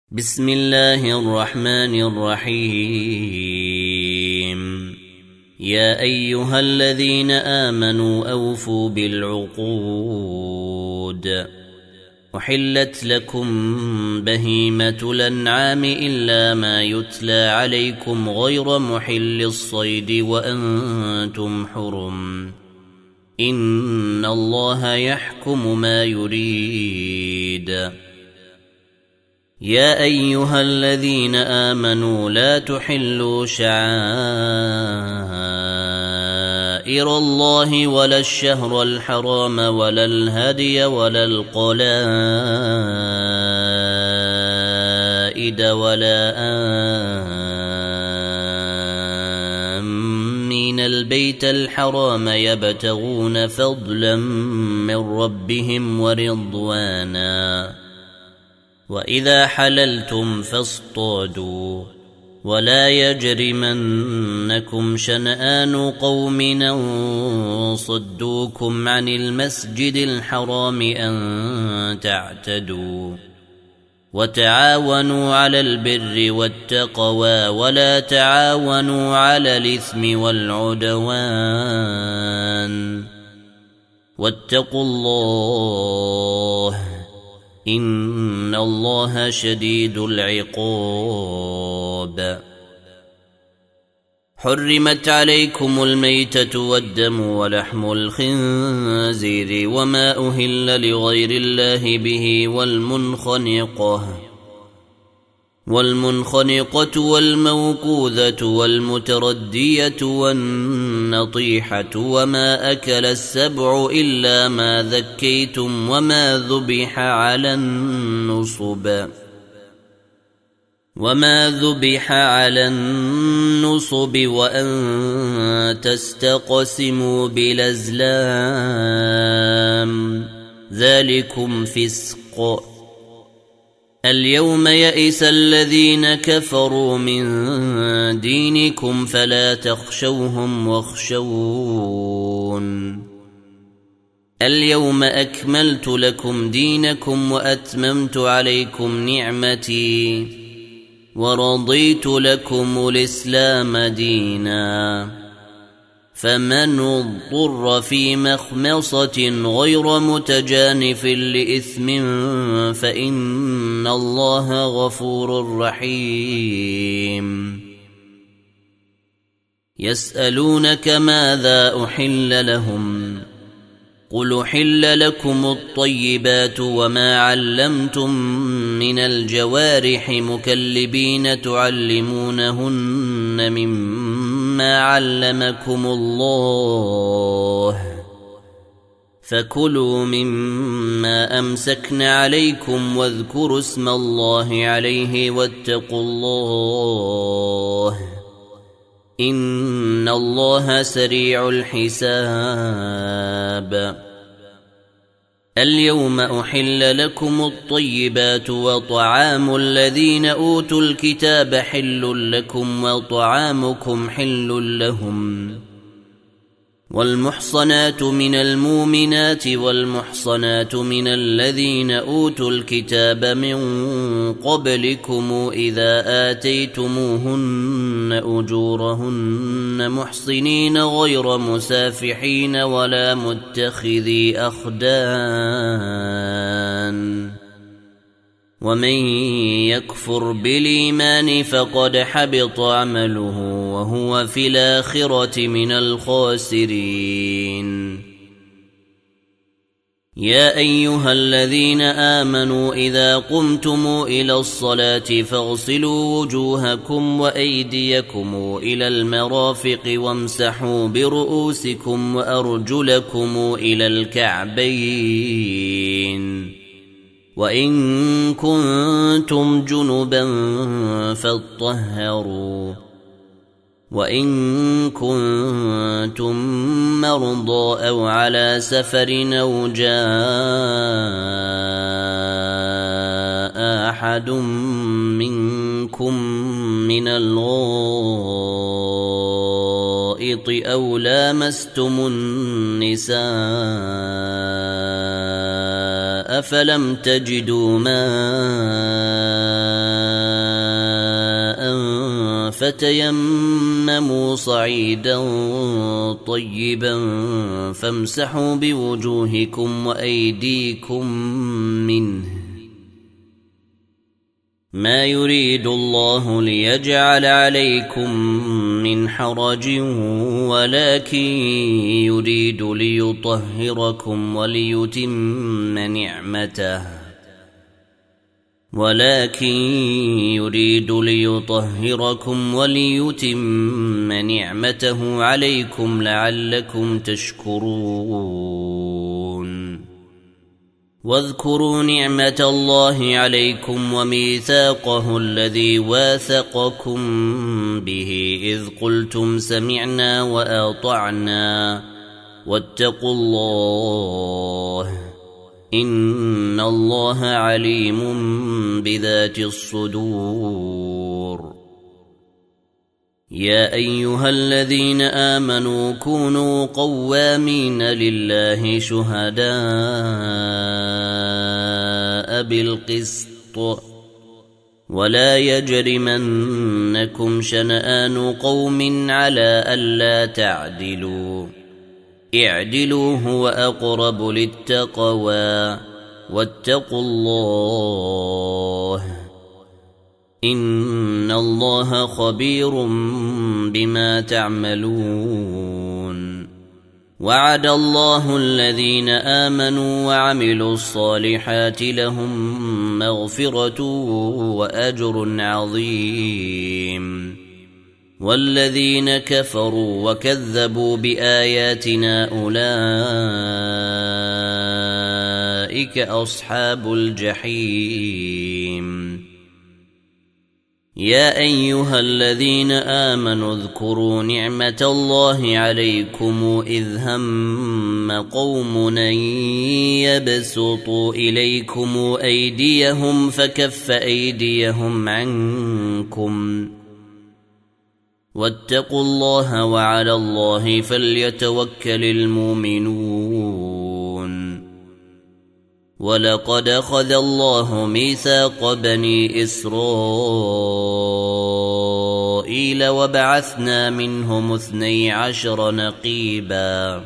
بسم الله الرحمن الرحيم يا أيها الذين آمنوا أوفوا بالعقود أحلت لكم بهيمة الأنعام إلا ما يتلى عليكم غير محل الصيد وأنتم حرم إن الله يحكم ما يريد يا أيها الذين آمنوا لا تحلوا شعائر الله ولا الشهر الحرام ولا الهدي ولا القلائد ولا آمين البيت الحرام يبتغون فضلا من ربهم ورضوانا وإذا حللتم فاصطادوا ولا يجرمنكم شنآن قوم أن صدوكم عن المسجد الحرام أن تعتدوا وتعاونوا على البر والتقوى ولا تعاونوا على الإثم والعدوان واتقوا الله إن الله شديد العقاب حرمت عليكم الميتة والدم ولحم الخنزير وما أهل لغير الله به والمنخنقة والموقوذة والمتردية والنطيحة وما أكل السبع إلا ما ذكيتم وما ذبح على النصب وأن تستقسموا بالأزلام ذلكم فسق اليوم يئس الذين كفروا من دينكم فلا تخشوهم واخشون اليوم أكملت لكم دينكم وأتممت عليكم نعمتي ورضيت لكم الإسلام دينا فمن اضطر في مخمصة غير متجانف لإثم فإن الله غفور رحيم يسألونك ماذا أحل لهم قل أحل لكم الطيبات وما علمتم من الجوارح مكلبين تعلمونهن مما علمكم الله فكلوا مما أمسكن عليكم واذكروا اسم الله عليه واتقوا الله إن الله سريع الحساب اليوم أحل لكم الطيبات وطعام الذين أوتوا الكتاب حل لكم وطعامكم حل لهم والمحصنات من المؤمنات والمحصنات من الذين أوتوا الكتاب من قبلكم إذا آتيتموهن أجورهن محصنين غير مسافحين ولا متخذي أخدان ومن يكفر بالإيمان فقد حبط عمله وهو في الآخرة من الخاسرين يا أيها الذين آمنوا إذا قمتم إلى الصلاة فاغسلوا وجوهكم وأيديكم إلى المرافق وامسحوا برؤوسكم وأرجلكم إلى الكعبين وإن كنتم جنبا فاطهروا وإن كنتم مرضى أو على سفر أو جاء أحد منكم من الغائط أو لامستم النساء فلم تجدوا ماء فتيمموا صعيدا طيبا فامسحوا بوجوهكم وأيديكم منه ما يريد الله ليجعل عليكم من حرج ولكن يريد ليطهركم وليتم نعمته عليكم لعلكم تشكرون واذكروا نعمة الله عليكم وميثاقه الذي واثقكم به إذ قلتم سمعنا وأطعنا واتقوا الله إن الله عليم بذات الصدور يا أيها الذين آمنوا كونوا قوامين لله شهداء بالقسط ولا يجرمنكم شنآن قوم على ألا تعدلوا اعدلوا هو أقرب للتقوى واتقوا الله إن الله خبير بما تعملون وعد الله الذين آمنوا وعملوا الصالحات لهم مغفرة وأجر عظيم والذين كفروا وكذبوا بآياتنا أولئك أصحاب الجحيم يا أيها الذين آمنوا اذكروا نعمة الله عليكم إذ هم قوم أن يبسطوا إليكم أيديهم فكف أيديهم عنكم واتقوا الله وعلى الله فليتوكل المؤمنون ولقد أخذ الله ميثاق بني إسرائيل وبعثنا منهم 12 نقيبا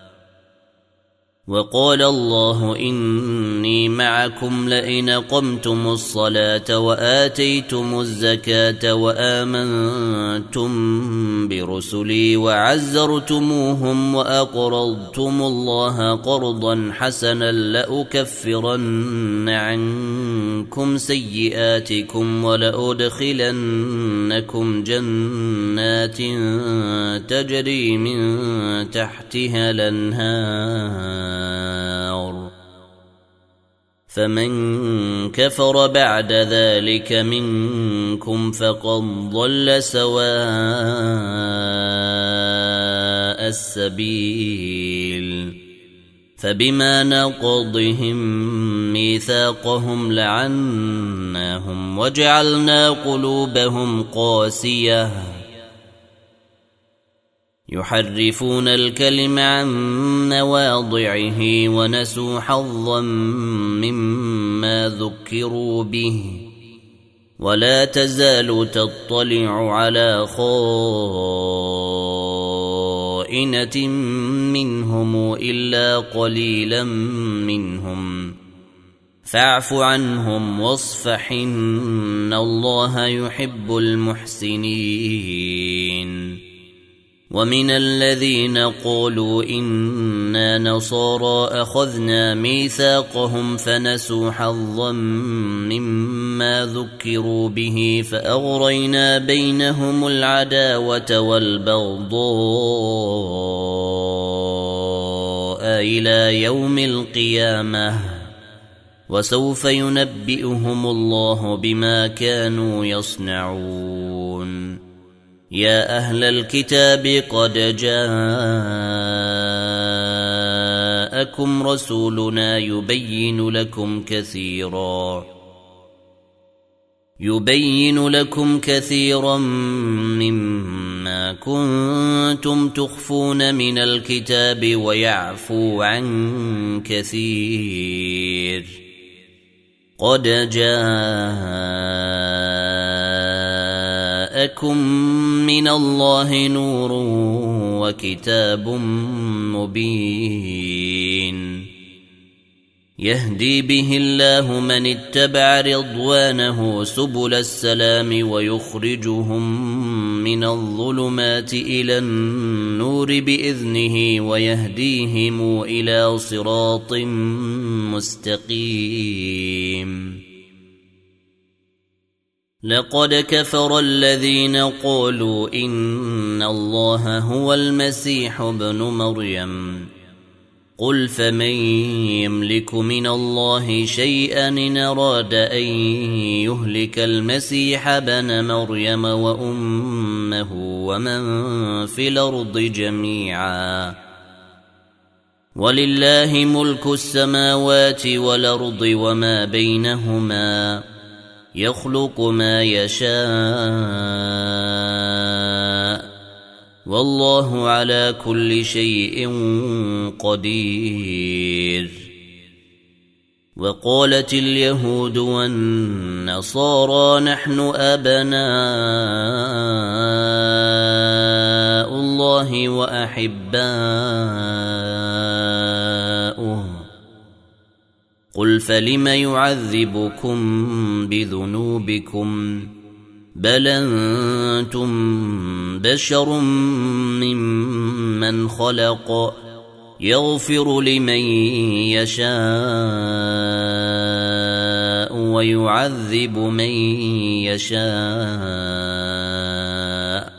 وقال الله إني معكم لئن أقمتم الصلاة وآتيتم الزكاة وآمنتم برسلي وعزرتموهم وأقرضتم الله قرضا حسنا لأكفرن عنكم سيئاتكم ولأدخلنكم جنات تجري من تحتها الأنهار فمن كفر بعد ذلك منكم فقد ضل سواء السبيل فبما نقضهم ميثاقهم لعناهم وجعلنا قلوبهم قاسية يحرفون الكلم عن مواضعه ونسوا حظا مما ذكروا به ولا تزال تطلع على خائنة منهم إلا قليلا منهم فاعف عنهم واصفح إن الله يحب المحسنين ومن الذين قالوا إنا نصارى أخذنا ميثاقهم فنسوا حظا مما ذكروا به فأغرينا بينهم العداوة والبغضاء إلى يوم القيامة وسوف ينبئهم الله بما كانوا يصنعون يا أهل الكتاب قد جاءكم رسولنا يبين لكم كثيرا مما كنتم تخفون من الكتاب ويعفو عن كثير قد جاءكم جاءكم من الله نور وكتاب مبين يهدي به الله من اتبع رضوانه سبل السلام ويخرجهم من الظلمات إلى النور بإذنه ويهديهم إلى صراط مستقيم. لقد كفر الذين قالوا إن الله هو المسيح ابن مريم قل فمن يملك من الله شيئا إن أراد أن يهلك المسيح ابن مريم وأمه ومن في الأرض جميعا ولله ملك السماوات والأرض وما بينهما يخلق ما يشاء والله على كل شيء قدير. وقالت اليهود والنصارى نحن أبناء الله وأحباؤه قل فلم يعذبكم بذنوبكم بل أنتم بشر ممن خلق يغفر لمن يشاء ويعذب من يشاء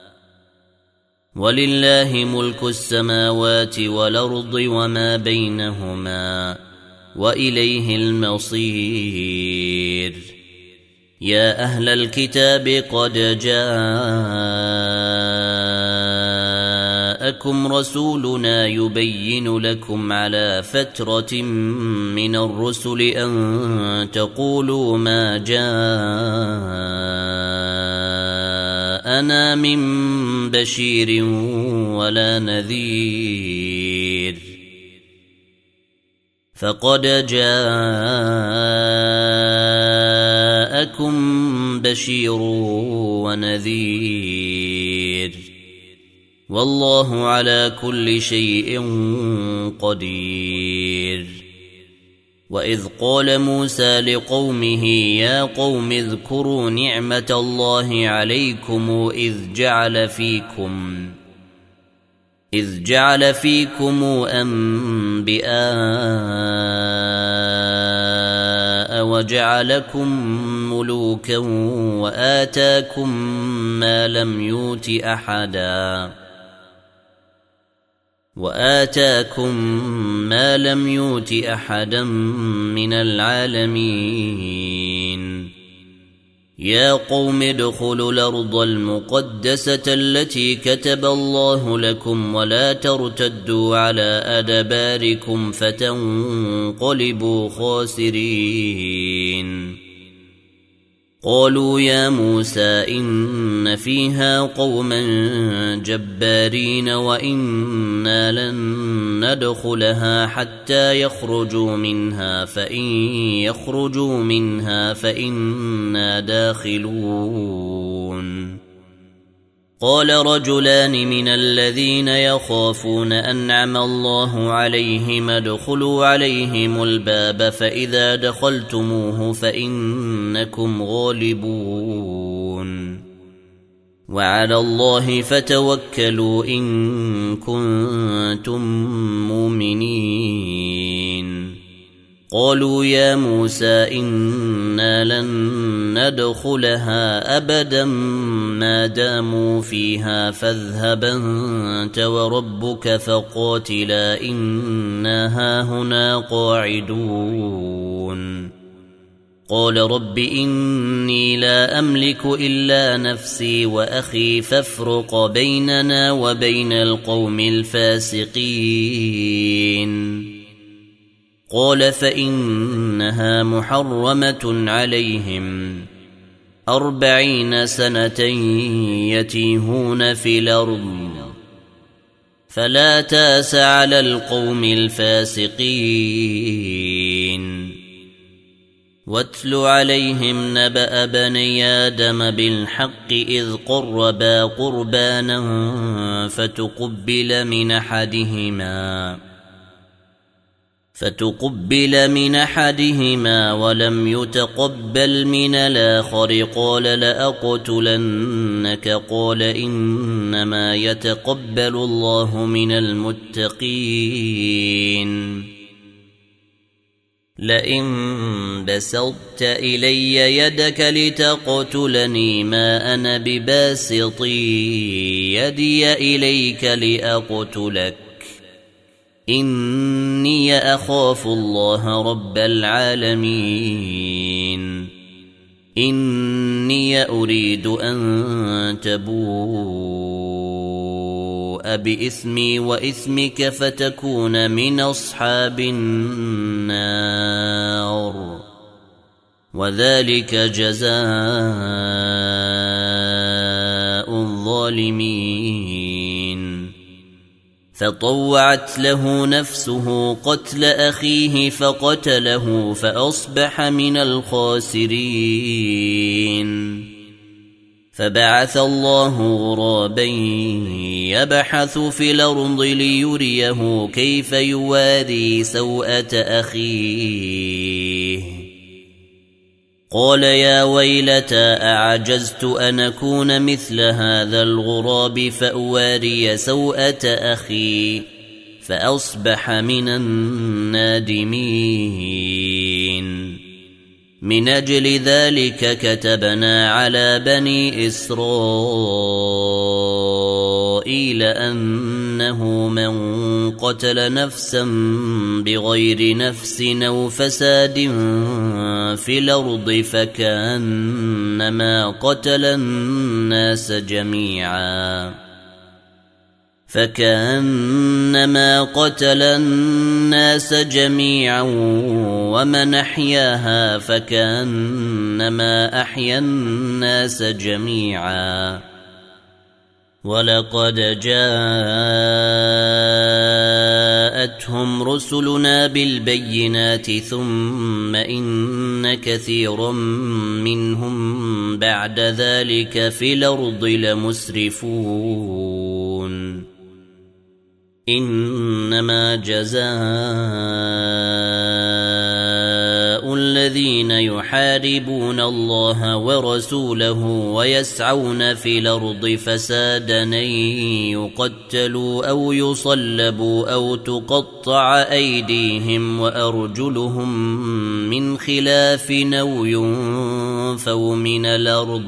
ولله ملك السماوات والأرض وما بينهما وإليه المصير. يا أهل الكتاب قد جاءكم رسولنا يبين لكم على فترة من الرسل أن تقولوا ما جاءنا من بشير ولا نذير فقد جاءكم بشير ونذير والله على كل شيء قدير. وإذ قال موسى لقومه يا قوم اذكروا نعمة الله عليكم إذ جعل فيكم أنبياء وجعلكم ملوكا وآتاكم ما لم يؤت أحدا من العالمين. يا قوم ادخلوا الأرض المقدسة التي كتب الله لكم ولا ترتدوا على أدباركم فتنقلبوا خاسرين. قالوا يا موسى إن فيها قوما جبارين وإنا لن ندخلها حتى يخرجوا منها فإن يخرجوا منها فإنا داخلون. قال رجلان من الذين يخافون أنعم الله عليهم ادخلوا عليهم الباب فإذا دخلتموه فإنكم غالبون وعلى الله فتوكلوا إن كنتم مؤمنين. قالوا يا موسى إنا لن ندخلها أبدا ما داموا فيها فاذهب أنت وربك فقاتلا إنا هاهنا قاعدون. قال رب إني لا أملك إلا نفسي وأخي فافرق بيننا وبين القوم الفاسقين. قال فإنها محرمة عليهم 40 سنة يتيهون في الأرض فلا تاس على القوم الفاسقين. واتل عليهم نبأ بني آدم بالحق إذ قربا قربانا فتقبل من أحدهما ولم يتقبل من الآخر قال لأقتلنك قال إنما يتقبل الله من المتقين لئن بسطت إلي يدك لتقتلني ما أنا بباسط يدي إليك لأقتلك إني أخاف الله رب العالمين إني أريد أن تبوء بإثمي وإثمك فتكون من أصحاب النار وذلك جزاء الظالمين فطوعت له نفسه قتل أخيه فقتله فأصبح من الخاسرين فبعث الله غرابا يبحث في الأرض ليريه كيف يواري سوءة أخيه قال يا ويلتى أعجزت أن أكون مثل هذا الغراب فأواري سوءة أخي فأصبح من النادمين من أجل ذلك كتبنا على بني إسرائيل أنه من قتل نفسا بغير نفس أو فساد في الأرض فكأنما قتل الناس جميعا ومن أحياها فكأنما أحيا الناس جميعا ولقد جاءتهم رسلنا بالبينات ثم إن كثيرا منهم بعد ذلك في الأرض لمسرفون إنما جزاء الذين يحاربون الله ورسوله ويسعون في الأرض فسادا أن يقتلوا أو يصلبوا أو تقطع أيديهم وأرجلهم من خلاف أو ينفوا من الأرض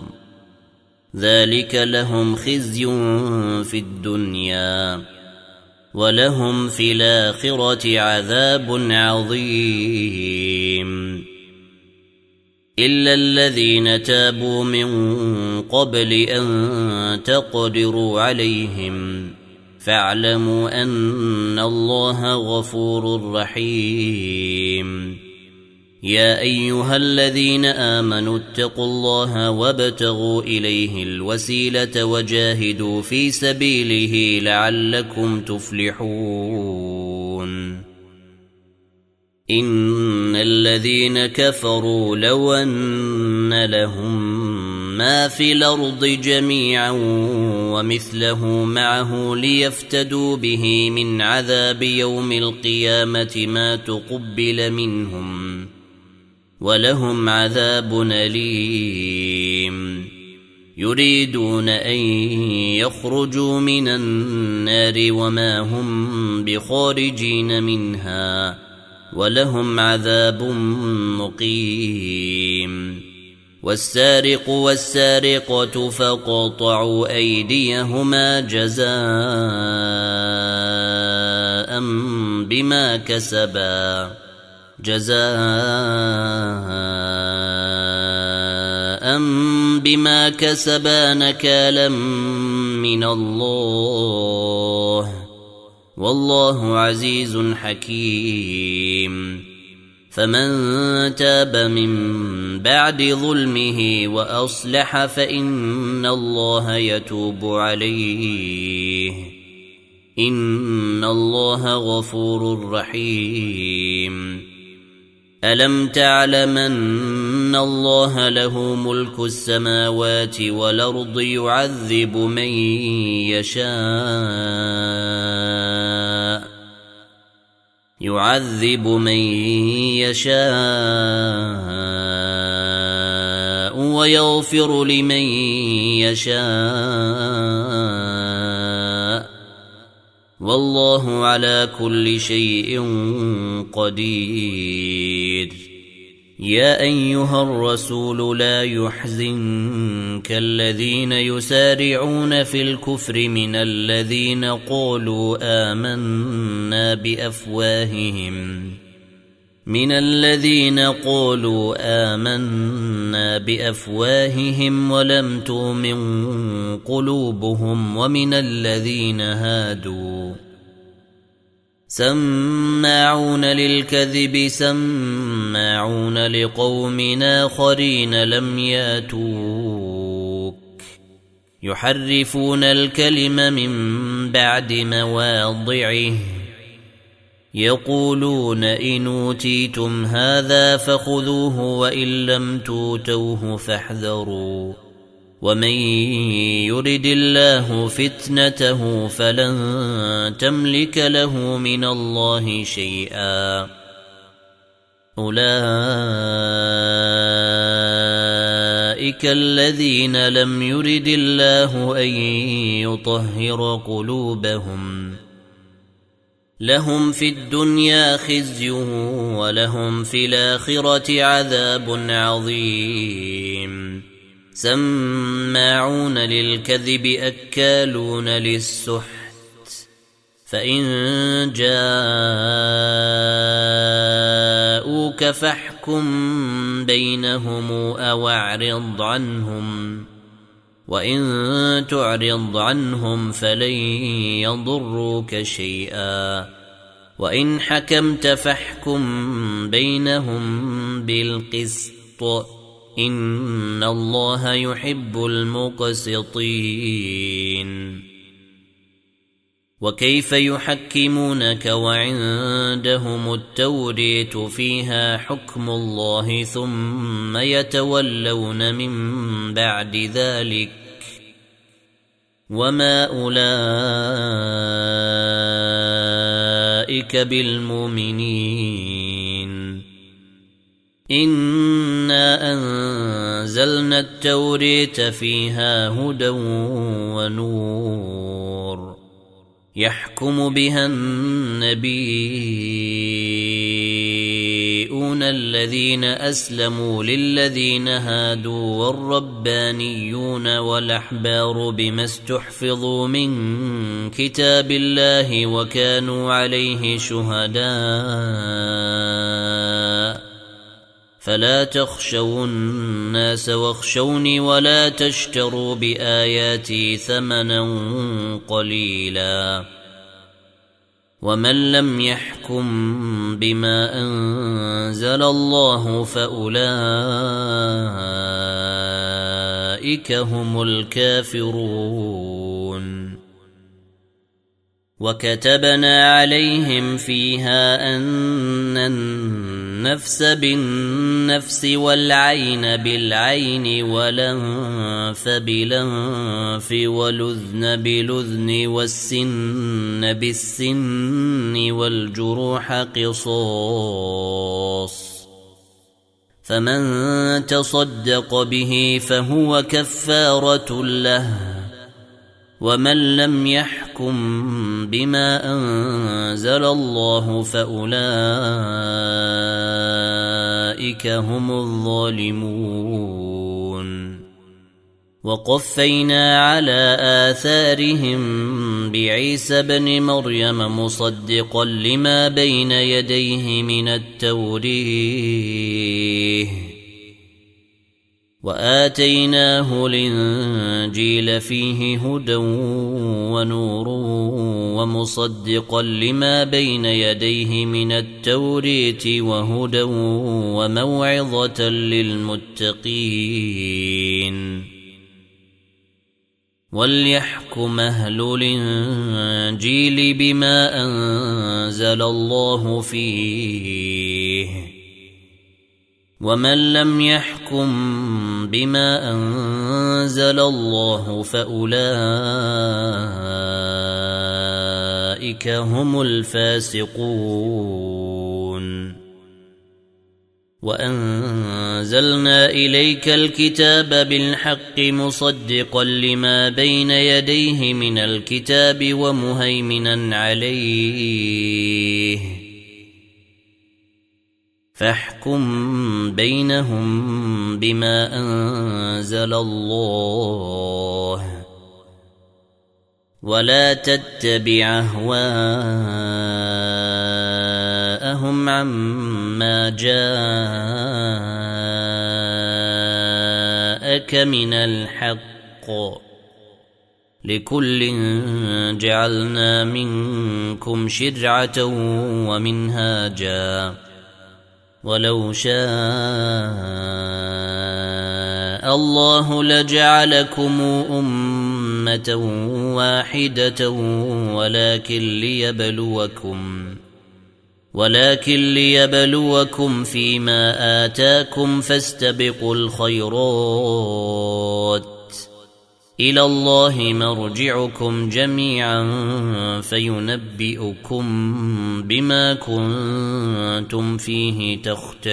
ذلك لهم خزي في الدنيا ولهم في الآخرة عذاب عظيم إلا الذين تابوا من قبل أن تقدروا عليهم فاعلموا أن الله غفور رحيم يا أيها الذين آمنوا اتقوا الله وابتغوا إليه الوسيلة وجاهدوا في سبيله لعلكم تفلحون إن الذين كفروا لو أن لهم ما في الأرض جميعا ومثله معه ليفتدوا به من عذاب يوم القيامة ما تقبل منهم ولهم عذاب أليم يريدون أن يخرجوا من النار وما هم بخارجين منها ولهم عذاب مقيم والسارق والسارقة فقطعوا أيديهما جزاء بما كسبا نكالا من الله والله عزيز حكيم فمن تاب من بعد ظلمه وأصلح فإن الله يتوب عليه إن الله غفور رحيم ألم تعلم أن الله له ملك السماوات والأرض يعذب من يشاء ويغفر لمن يشاء والله على كل شيء قدير. يا أيها الرسول لا يحزنك الذين يسارعون في الكفر من الذين قالوا آمنا بأفواههم ولم تؤمن قلوبهم ومن الذين هادوا سماعون للكذب سماعون لقوم آخرين لم ياتوك يحرفون الكلم من بعد مواضعه يقولون إن أوتيتم هذا فخذوه وإن لم تؤتوه فاحذروا ومن يرد الله فتنته فلن تملك له من الله شيئا. أولئك الذين لم يرد الله أن يطهر قلوبهم لهم في الدنيا خزي ولهم في الآخرة عذاب عظيم. سماعون للكذب أكالون للسحت فإن جاءوك فاحكم بينهم أو أعرض عنهم وإن تعرض عنهم فلن يضروك شيئا وإن حكمت فاحكم بينهم بالقسط إن الله يحب المقسطين. وكيف يحكمونك وعندهم التوريت فيها حكم الله ثم يتولون من بعد ذلك وما أولئك بالمؤمنين. إنا أنزلنا التوريت فيها هدى ونور يحكم بها النبيون الذين أسلموا للذين هادوا والربانيون والأحبار بما استحفظوا من كتاب الله وكانوا عليه شهداء فلا تخشوا الناس واخشوني ولا تشتروا بآياتي ثمنا قليلا ومن لم يحكم بما أنزل الله فأولئك هم الكافرون. وكتبنا عليهم فيها أن النفس بالنفس والعين بالعين والأنف بالأنف والأذن بالأذن والسن بالسن والجروح قصاص فمن تصدق به فهو كفارة له ومن لم يحكم بما أنزل الله فأولئك هم الظالمون. وقفينا على آثارهم بعيسى بن مريم مصدقا لما بين يديه من التوريه وآتيناه الإنجيل فيه هدى ونور ومصدقا لما بين يديه من التوريت وهدى وموعظة للمتقين. وليحكم أهل الإنجيل بما أنزل الله فيه ومن لم يحكم بما أنزل الله فأولئك هم الفاسقون وأنزلنا إليك الكتاب بالحق مصدقا لما بين يديه من الكتاب ومهيمنا عليه فاحكم بينهم بما أنزل الله ولا تتبع أهواءهم عما جاءك من الحق لكل جعلنا منكم شرعة ومنهاجا ولو شاء الله لجعلكم أمة واحدة ولكن ليبلوكم فيما آتاكم فاستبقوا الخيرات إلى الله مرجعكم جميعا فينبئكم بما كنتم فيه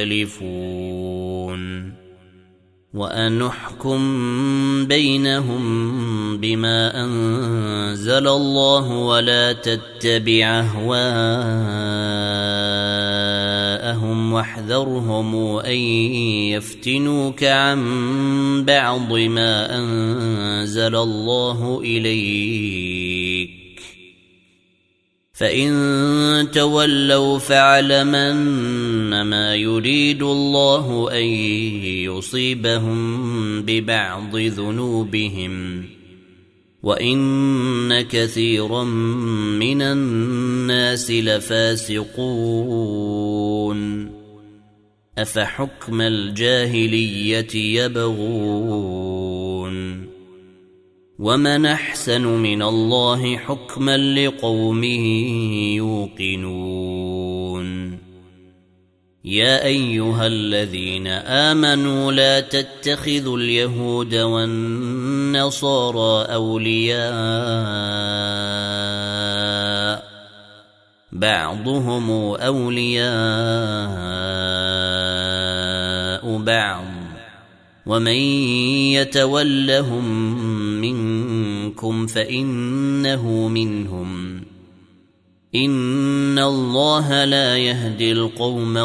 تختلفون وأنحكم بينهم بما أنزل الله ولا تتبع أهواءهم واحذرهم أن يفتنوك عن بعض ما أنزل الله إليك فإن تولوا فاعلم أنما يريد الله أن يصيبهم ببعض ذنوبهم وإن كثيرا من الناس لفاسقون أفحكم الجاهلية يبغون ومن أحسن من الله حكما لقوم يوقنون يا أيها الذين آمنوا لا تتخذوا اليهود والنصارى أولياء بعضهم أولياء بعض ومن يتولهم منكم فإنه منهم إن الله لا يهدي القوم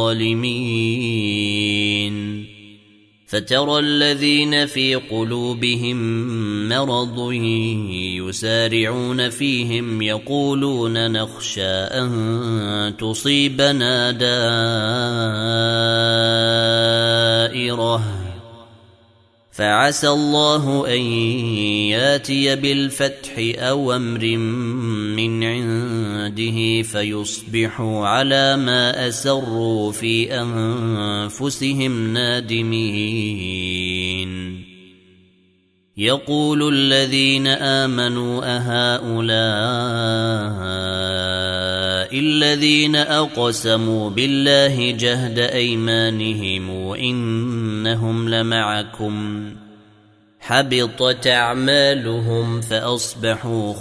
الظالمين فترى الذين في قلوبهم مرض يسارعون فيهم يقولون نخشى أن تصيبنا دائرة فعسى الله أن ياتي بالفتح أو أمر من عنده فيصبحوا على ما أسروا في أنفسهم نادمين يقول الذين آمنوا أهؤلاء الذين أقسموا بالله جهد أيمانهم إنهم لمعكم حبطت أعمالهم فأصبحوا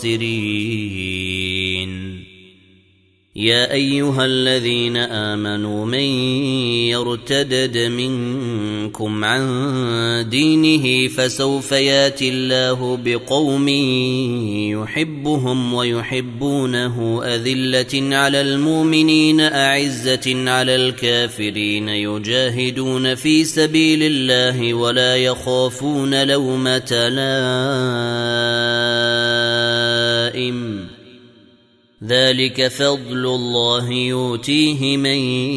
خاسرين يا أيها الذين آمنوا من يرتدد منكم عن دينه فسوف ياتي الله بقوم يحبهم ويحبونه أذلة على المؤمنين أعزة على الكافرين يجاهدون في سبيل الله ولا يخافون لومة لائم ذلك فضل الله يؤتيه من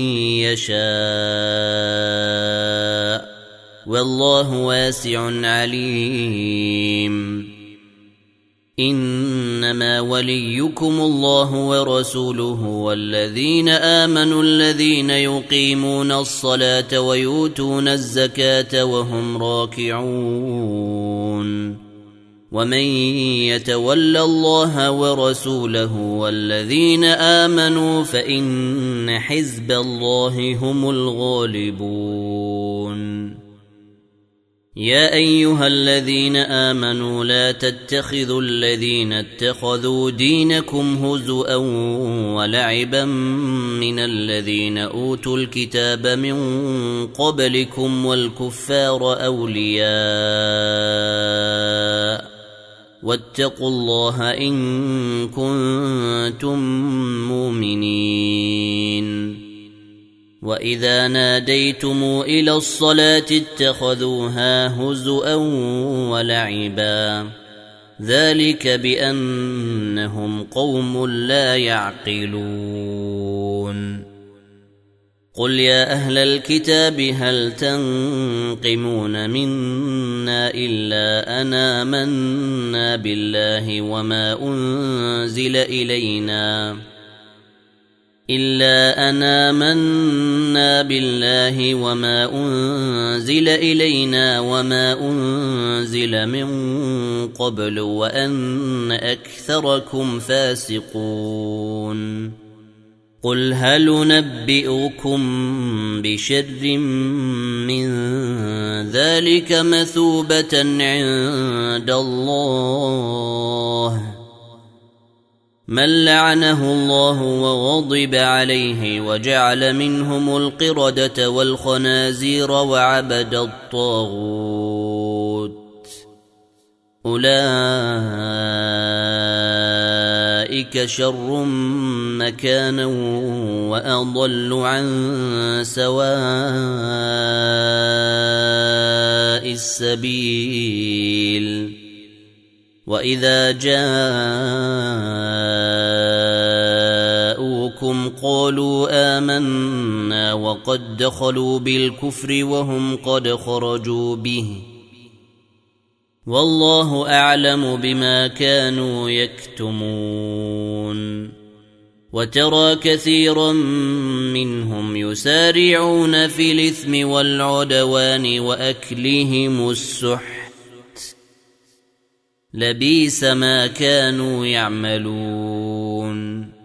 يشاء والله واسع عليم إنما وليكم الله ورسوله والذين آمنوا الذين يقيمون الصلاة ويؤتون الزكاة وهم راكعون ومن يتول الله ورسوله والذين آمنوا فإن حزب الله هم الغالبون. يا أيها الذين آمنوا لا تتخذوا الذين اتخذوا دينكم هزؤا ولعبا من الذين أوتوا الكتاب من قبلكم والكفار أولياء واتقوا الله إن كنتم مؤمنين. وإذا ناديتم إلى الصلاة اتخذوها هزؤا ولعبا ذلك بأنهم قوم لا يعقلون. قل يا أهل الكتاب هل تنقمون منا إلا أن آمنا بالله وما أنزل إلينا وما أنزل من قبل وأن أكثركم فاسقون. قل هل ننبئكم بشر من ذلك مثوبة عند الله من لعنه الله وغضب عليه وجعل منهم القردة والخنازير وعبد الطاغوت أولئك شر مكانا وأضل عن سواء السبيل. وإذا جاءوكم قالوا آمنا وقد دخلوا بالكفر وهم قد خرجوا به والله أعلم بما كانوا يكتمون. وترى كثيرا منهم يسارعون في الإثم والعدوان وأكلهم السحت لبئس ما كانوا يعملون.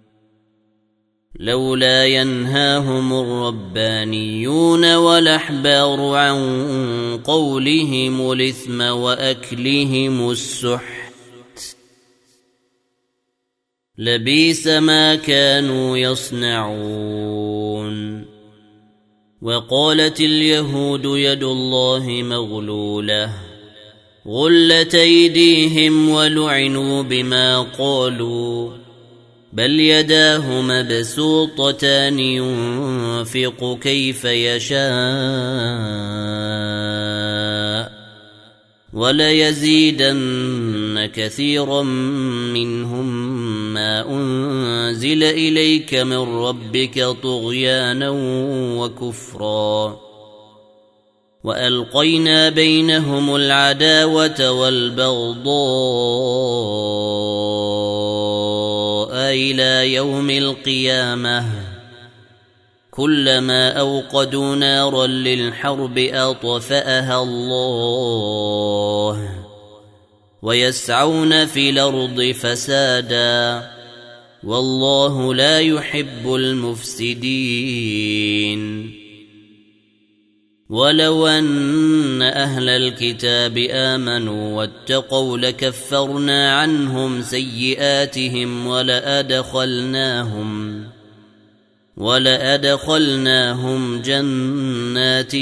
لولا ينهاهم الربانيون والأحبار عن قولهم الإثم وأكلهم السحت لبئس ما كانوا يصنعون. وقالت اليهود يد الله مغلولة غلت أيديهم ولعنوا بما قالوا بل يداه مبسوطتان ينفق كيف يشاء وليزيدن كثيرا منهم ما أنزل إليك من ربك طغيانا وكفرا وألقينا بينهم العداوة والبغضاء إلى يوم القيامة كلما أوقدوا نارا للحرب أطفأها الله ويسعون في الأرض فسادا والله لا يحب المفسدين. ولو أن أهل الكتاب آمنوا واتقوا لكفرنا عنهم سيئاتهم ولأدخلناهم جنات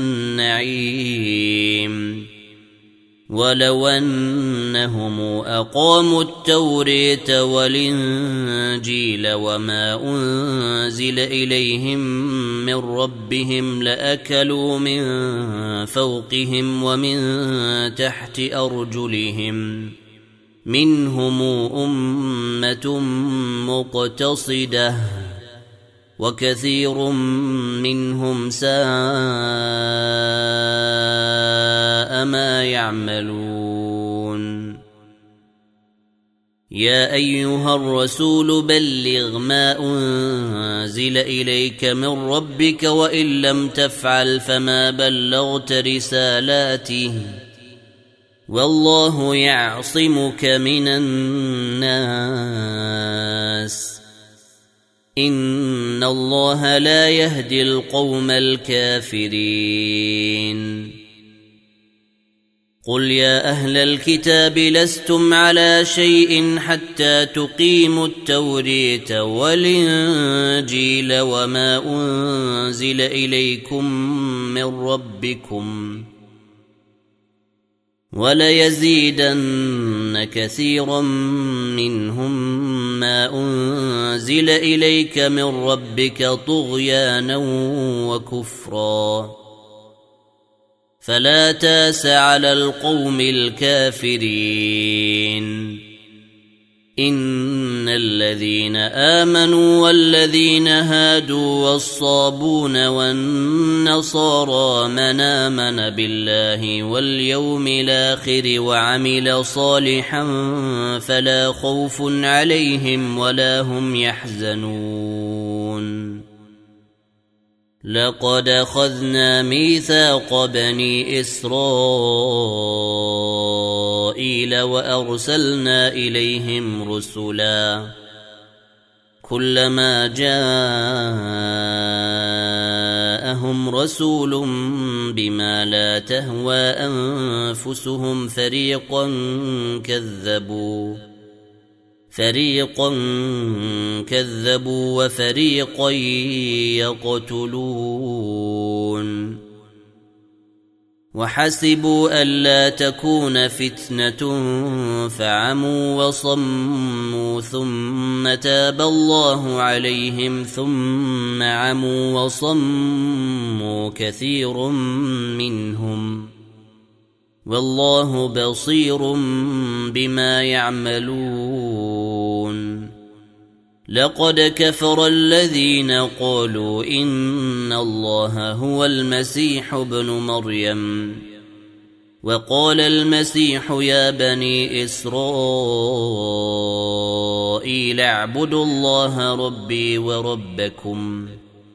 النعيم ولو أنهم أقاموا التوراة والإنجيل وما أنزل إليهم من ربهم لأكلوا من فوقهم ومن تحت أرجلهم منهم أمة مقتصدة وكثير منهم ساء ما يعملون. يا أيها الرسول بلغ ما أنزل إليك من ربك وإن لم تفعل فما بلغت رسالاته والله يعصمك من الناس إن الله لا يهدي القوم الكافرين قل يا أهل الكتاب لستم على شيء حتى تقيموا التوراة والإنجيل وما أنزل إليكم من ربكم وليزيدن كثيرا منهم ما أنزل إليك من ربك طغيانا وكفرا فلا تاس على القوم الكافرين إن الذين آمنوا والذين هادوا والصابون والنصارى من آمن بالله واليوم الآخر وعمل صالحا فلا خوف عليهم ولا هم يحزنون لقد أخذنا ميثاق بني إسرائيل وأرسلنا إليهم رسلا كلما جاءهم رسول بما لا تهوى أنفسهم فريقا كذبوا وفريقا يقتلون وحسبوا ألا تكون فتنة فعموا وصموا ثم تاب الله عليهم ثم عموا وصموا كثير منهم والله بصير بما يعملون لقد كفر الذين قالوا إن الله هو المسيح ابن مريم وقال المسيح يا بني إسرائيل اعبدوا الله ربي وربكم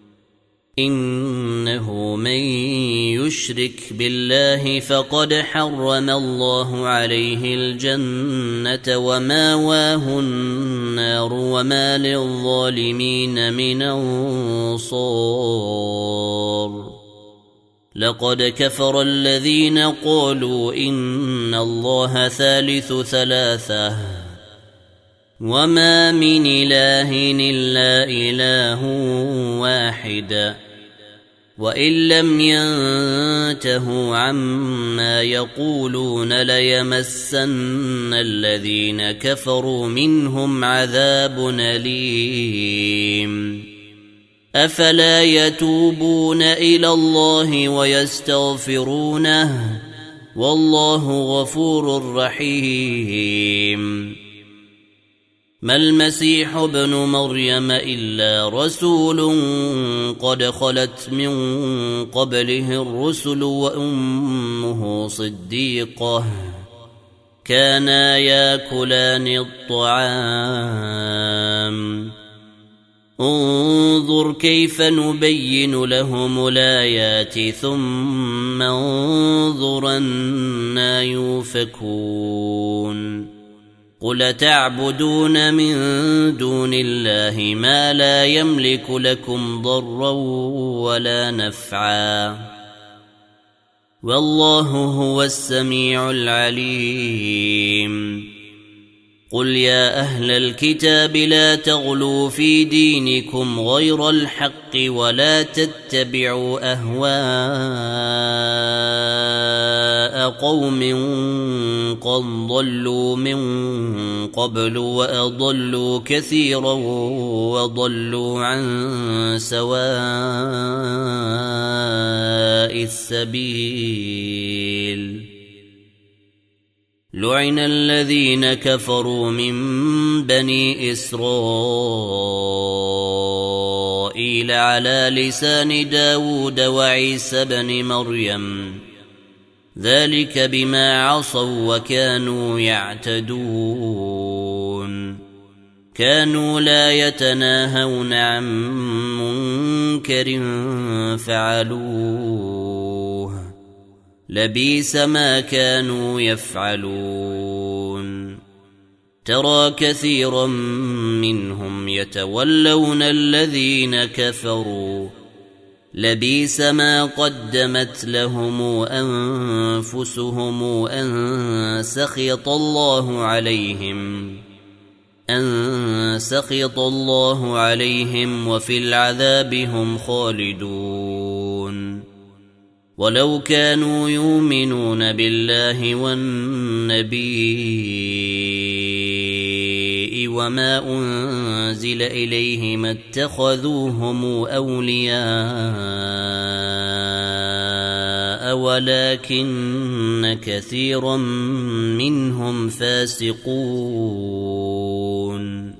إنه من يشرك بالله فقد حرم الله عليه الجنة وماواه النار وما للظالمين من أنصار لقد كفر الذين قالوا إن الله ثالث ثلاثة وما من إله إلا إله واحد وإن لم ينتهوا عما يقولون ليمسن الذين كفروا منهم عذاب أليم أفلا يتوبون إلى الله ويستغفرونه والله غفور رحيم ما المسيح ابن مريم إلا رسول قد خلت من قبله الرسل وأمه صديقة كانا ياكلان الطعام انظر كيف نبين لهم الآيات ثم انظر أنى يؤفكون قل تعبدون من دون الله ما لا يملك لكم ضرا ولا نفعا والله هو السميع العليم قل يا أهل الكتاب لا تغلوا في دينكم غير الحق ولا تتبعوا أهواء قوم قد ضلوا من قبل وأضلوا كثيرا وضلوا عن سواء السبيل لعن الذين كفروا من بني إسرائيل على لسان داود وعيسى بن مريم ذلك بما عصوا وكانوا يعتدون كانوا لا يتناهون عن منكر فعلوه لبئس ما كانوا يفعلون ترى كثيرا منهم يتولون الذين كفروا لبئس ما قدمت لهم أنفسهم أن سخط الله عليهم وفي العذاب هم خالدون ولو كانوا يؤمنون بالله والنبي وما أنزل إليه ما اتخذوهم أولياء ولكن كثيرا منهم فاسقون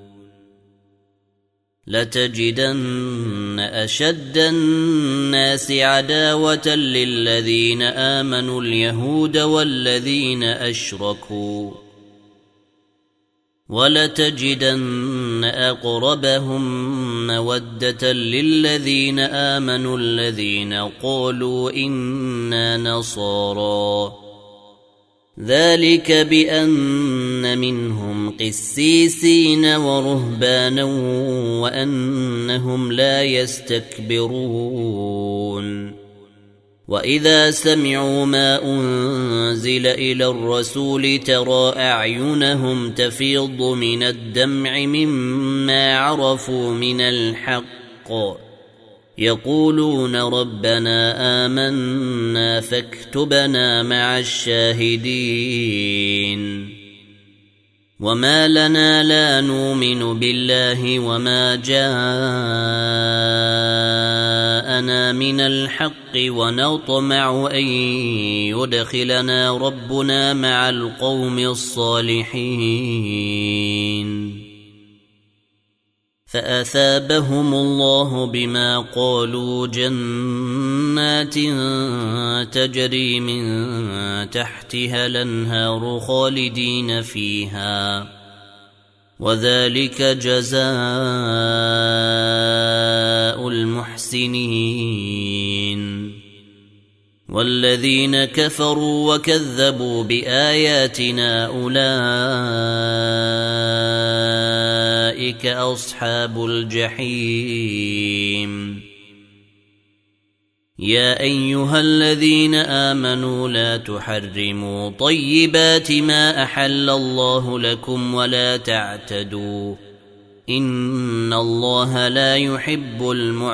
لتجدن أشد الناس عداوة للذين آمنوا اليهود والذين أشركوا ولتجدن أقربهم مودة للذين آمنوا الذين قالوا إنا نصارى ذلك بأن منهم قسيسين ورهبانا وأنهم لا يستكبرون وإذا سمعوا ما أنزل إلى الرسول ترى أعينهم تفيض من الدمع مما عرفوا من الحق يقولون ربنا آمنا فاكتبنا مع الشاهدين وما لنا لا نؤمن بالله وما جاءنا من الحق ونطمع أن يدخلنا ربنا مع القوم الصالحين فأثابهم الله بما قالوا جنات تجري من تحتها الأنهار خالدين فيها وذلك جزاء المحسنين والذين كفروا وكذبوا بآياتنا أولئك أصحاب الجحيم يا أيها الذين آمنوا لا تحرموا طيبات ما أحل الله لكم ولا تعتدوا إن الله لا يحب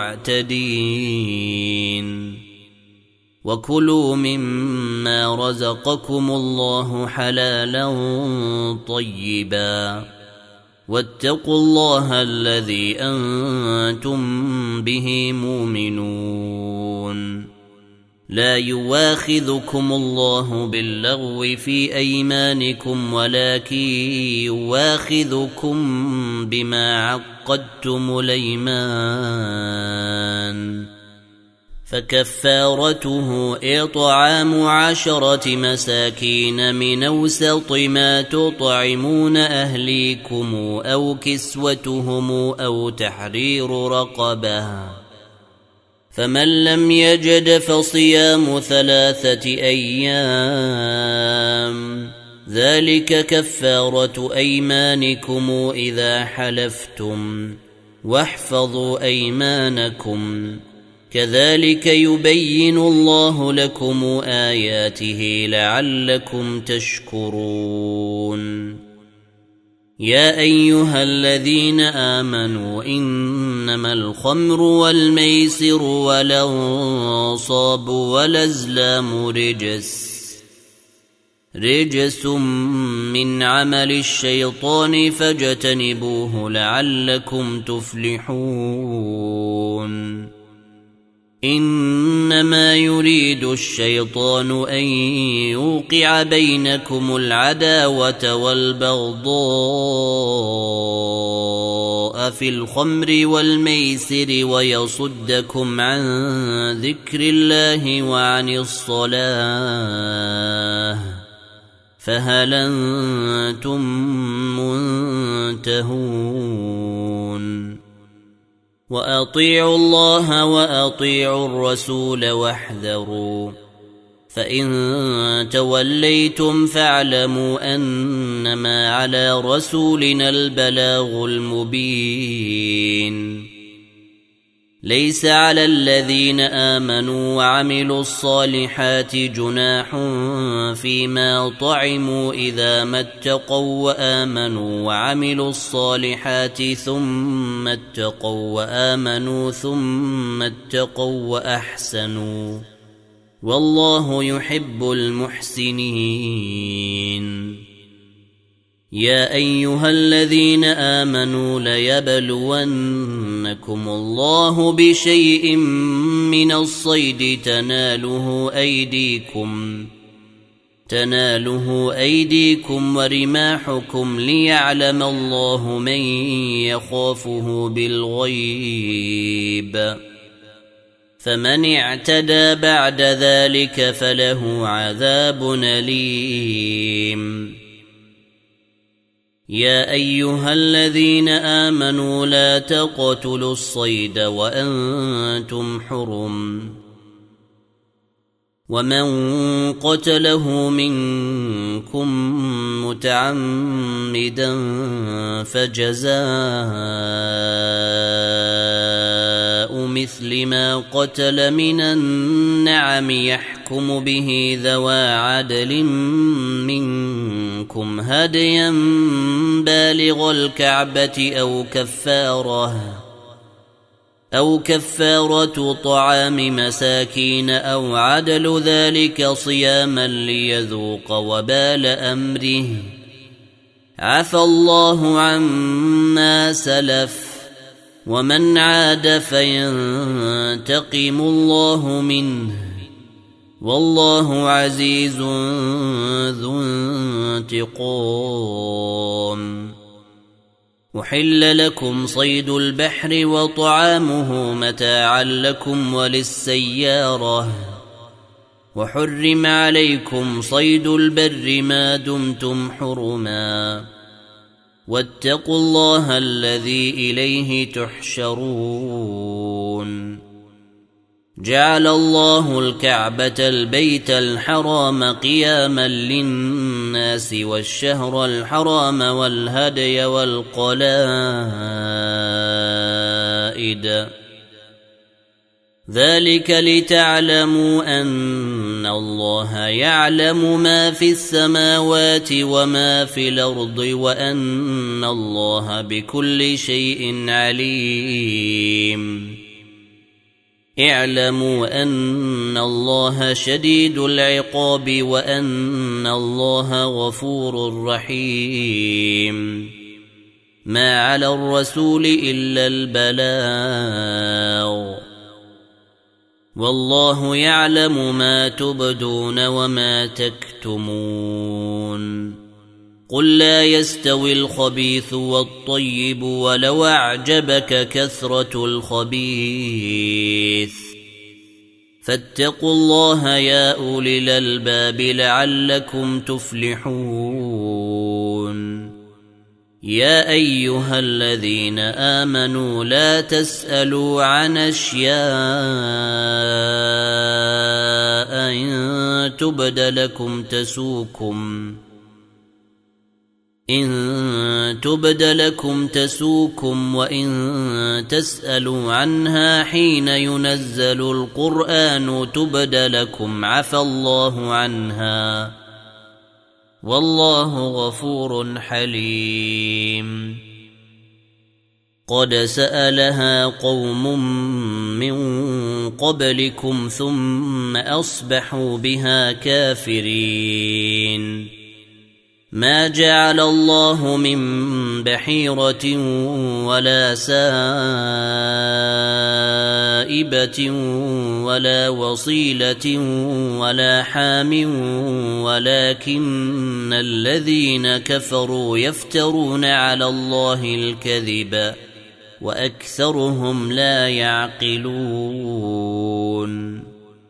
المعتدين وكلوا مما رزقكم الله حلالا طيبا واتقوا الله الذي أنتم به مؤمنون لا يواخذكم الله باللغو في أيمانكم ولكن يواخذكم بما عقدتم الأيمان فكفارته إطعام 10 مساكين من أوسط ما تطعمون أهليكم أو كسوتهم أو تحرير رقبة فمن لم يجد فصيام 3 أيام ذلك كفارة أيمانكم إذا حلفتم واحفظوا أيمانكم كذلك يبين الله لكم آياته لعلكم تشكرون يا أيها الذين آمنوا إنما الخمر والميسر والأنصاب والأزلام رجس من عمل الشيطان فاجتنبوه لعلكم تفلحون إنما يريد الشيطان أن يوقع بينكم العداوة والبغضاء في الخمر والميسر ويصدكم عن ذكر الله وعن الصلاة فهل أنتم منتهون وأطيعوا الله وأطيعوا الرسول واحذروا فإن توليتم فاعلموا أنما على رسولنا البلاغ المبين. ليس على الذين آمنوا وعملوا الصالحات جناح فيما طعموا إذا ما اتقوا وآمنوا وعملوا الصالحات ثم اتقوا وآمنوا ثم اتقوا وأحسنوا والله يحب المحسنين. يا أيها الذين آمنوا ليبلونكم الله بشيء من الصيد تناله أيديكم ورماحكم ليعلم الله من يخافه بالغيب، فمن اعتدى بعد ذلك فله عذاب أليم. يا أيها الذين آمنوا لا تقتلوا الصيد وأنتم حرم، ومن قتله منكم متعمدا فجزاء مثل ما قتل من النعم يحكم به ذوى عدل منكم هديا بالغ الكعبة أو كفارة طعام مساكين أو عدل ذلك صياما ليذوق وبال أمره، عفى الله عما سلف ومن عاد فينتقم الله منه والله عزيز ذو انتقام. أحل لكم صيد البحر وطعامه متاعا لكم وللسيارة، وحرم عليكم صيد البر ما دمتم حرما، واتقوا الله الذي إليه تحشرون. جعل الله الكعبة البيت الحرام قياما للناس والشهر الحرام والهدي والقلائد، ذلك لتعلموا أن الله يعلم ما في السماوات وما في الأرض وأن الله بكل شيء عليم. اعلموا أن الله شديد العقاب وأن الله غفور رحيم. ما على الرسول إلا البلاغ، والله يعلم ما تبدون وما تكتمون. قل لا يستوي الخبيث والطيب ولو أعجبك كثرة الخبيث، فاتقوا الله يا أولي الألباب لعلكم تفلحون. يا أيها الذين آمنوا لا تسألوا عن أشياء إن تبد لكم تسوكم وإن تسألوا عنها حين ينزل القرآن تبد لكم عفى الله عنها والله غفور حليم. قد سألها قوم من قبلكم ثم أصبحوا بها كافرين. ما جعل الله من بحيرة ولا سائبة ولا وصيلة ولا حام ولكن الذين كفروا يفترون على الله الكذب وأكثرهم لا يعقلون.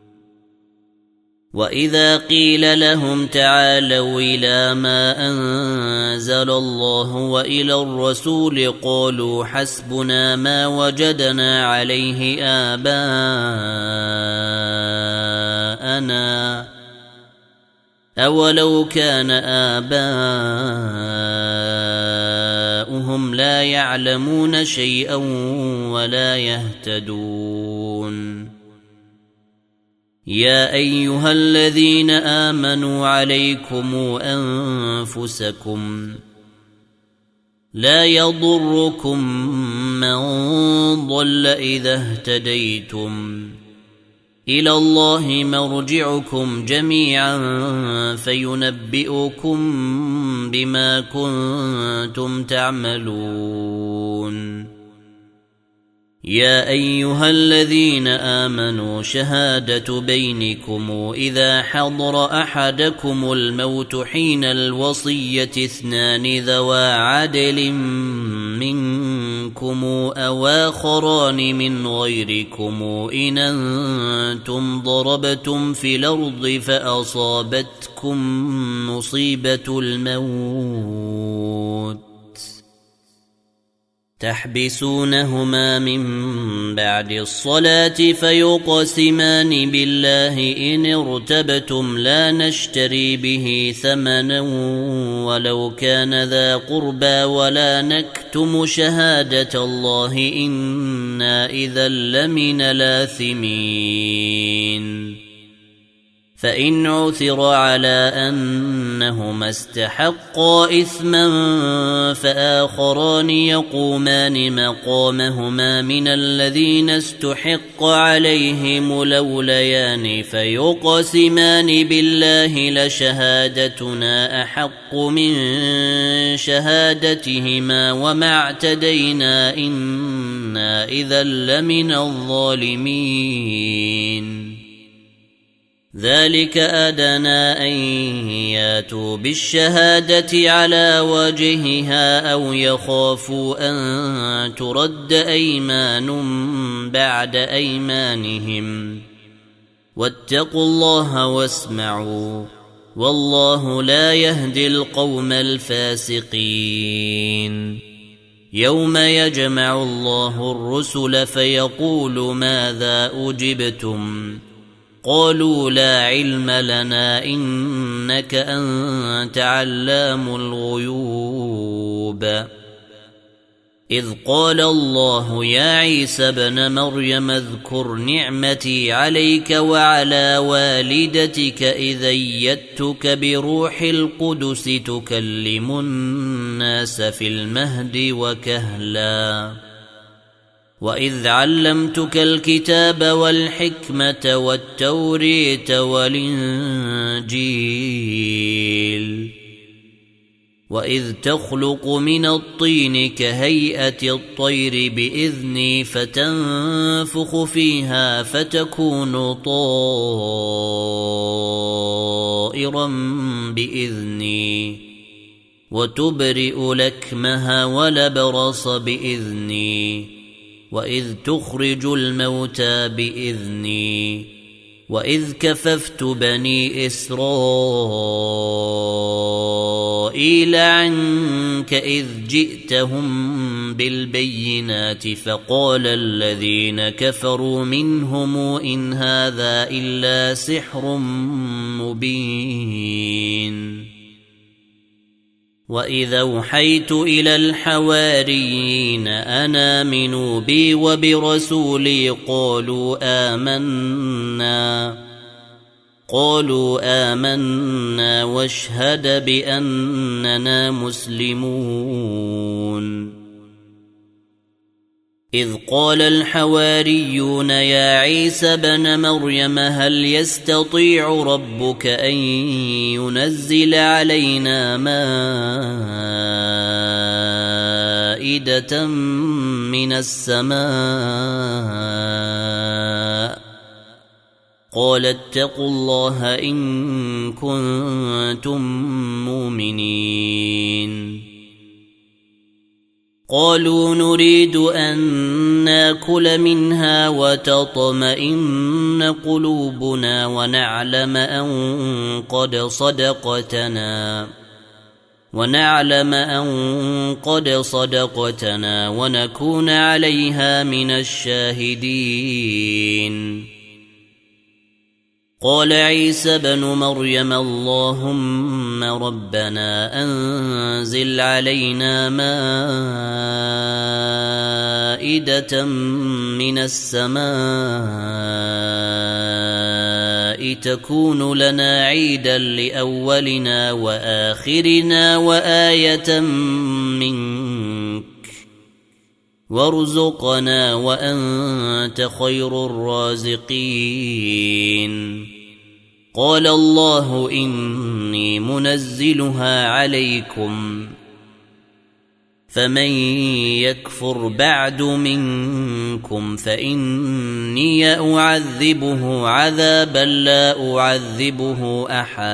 وإذا قيل لهم تعالوا إلى ما أنزل الله وإلى الرسول قالوا حسبنا ما وجدنا عليه آباءنا أولو كان آباؤهم لا يعلمون شيئا ولا يهتدون يا أيها الذين آمنوا عليكم أنفسكم لا يضركم من ضل إذا اهتديتم إلى الله مرجعكم جميعا فينبئكم بما كنتم تعملون يا أيها الذين آمنوا شهادة بينكم إذا حضر أحدكم الموت حين الوصية 2 ذوى عدل منكم أو آخران من غيركم إن أنتم ضربتم في الأرض فأصابتكم مصيبة الموت تحبسونهما من بعد الصلاة فيقسمان بالله إن ارتبتم لا نشتري به ثمنا ولو كان ذا قربى ولا نكتم شهادة الله إنا إذا لمن الآثمين فإن عثر على أنهما استحقا إثما فآخران يقومان مقامهما من الذين استحق عليهم الأوليان فيقسمان بالله لشهادتنا أحق من شهادتهما وما اعتدينا إنا إذا لمن الظالمين ذلك أدنى أن ياتوا بالشهادة على وجهها أو يخافوا أن ترد أيمان بعد أيمانهم واتقوا الله واسمعوا والله لا يهدي القوم الفاسقين يوم يجمع الله الرسل فيقول ماذا أجبتم قالوا لا علم لنا إنك أنت علام الغيوب إذ قال الله يا عيسى ابن مريم اذكر نعمتي عليك وعلى والدتك إذ أيدتك بروح القدس تكلم الناس في المهد وكهلا وإذ علمتك الكتاب والحكمة والتوريت والإنجيل وإذ تخلق من الطين كهيئة الطير بإذني فتنفخ فيها فتكون طائرا بإذني وتبرئ لكمها ولبرص بإذني وإذ تخرج الموتى بإذني وإذ كففت بني إسرائيل عنك إذ جئتهم بالبينات فقال الذين كفروا منهم إن هذا إلا سحر مبين وإذا أوحيت إلى الحواريين أن آمنوا بي وبرسولي قالوا آمنا واشهد بأننا مسلمون إذ قال الحواريون يا عيسى ابن مريم هل يستطيع ربك أن ينزل علينا مائدة من السماء قال اتقوا الله إن كنتم مؤمنين قالوا نريد أن ناكل منها وتطمئن قلوبنا ونعلم أن قد صدقتنا ونكون عليها من الشاهدين قال عيسى بن مريم اللهم ربنا أنزل علينا مائدة من السماء تكون لنا عيدا لأولنا وآخرنا وآية منك وارزقنا وأنت خير الرازقين. قال الله إني منزلها عليكم فمن يكفر بعد منكم فإني أعذبه عذابا لا أعذبه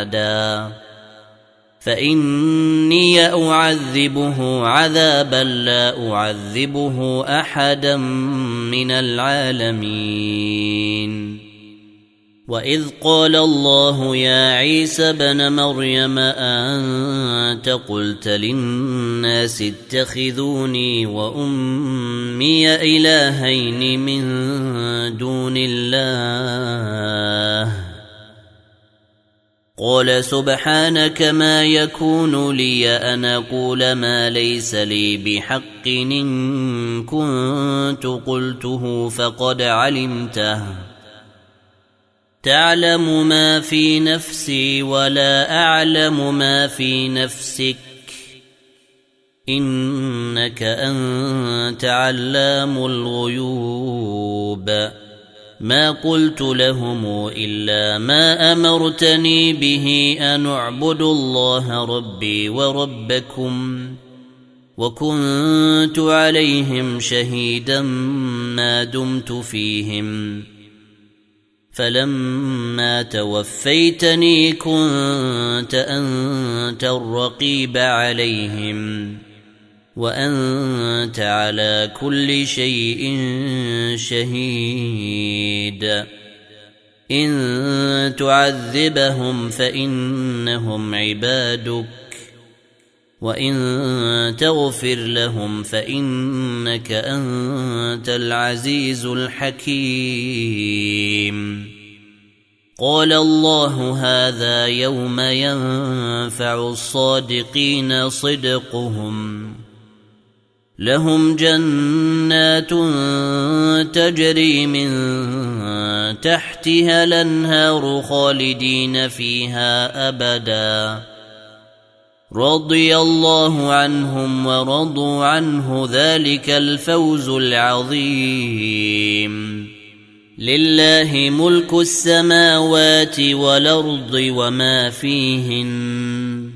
أحدا من العالمين. وإذ قال الله يا عيسى بن مريم أنت قلت للناس اتخذوني وأمي إلهين من دون الله قال سبحانك ما يكون لي أن أقول ما ليس لي بحق إن كنت قلته فقد علمته تعلم ما في نفسي ولا أعلم ما في نفسك إنك أنت علام الغيوب. ما قلت لهم إلا ما أمرتني به أن اعبدوا الله ربي وربكم وكنت عليهم شهيدا ما دمت فيهم فلما توفيتني كنت أنت الرقيب عليهم وأنت على كل شيء شهيد. إن تعذبهم فإنهم عبادك وإن تغفر لهم فإنك أنت العزيز الحكيم. قال الله هذا يوم ينفع الصادقين صدقهم لهم جنات تجري من تحتها الأنهار خالدين فيها أبدا رضي الله عنهم ورضوا عنه ذلك الفوز العظيم. لله ملك السماوات والأرض وما فيهن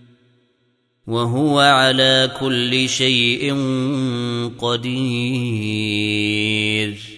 وهو على كل شيء قدير.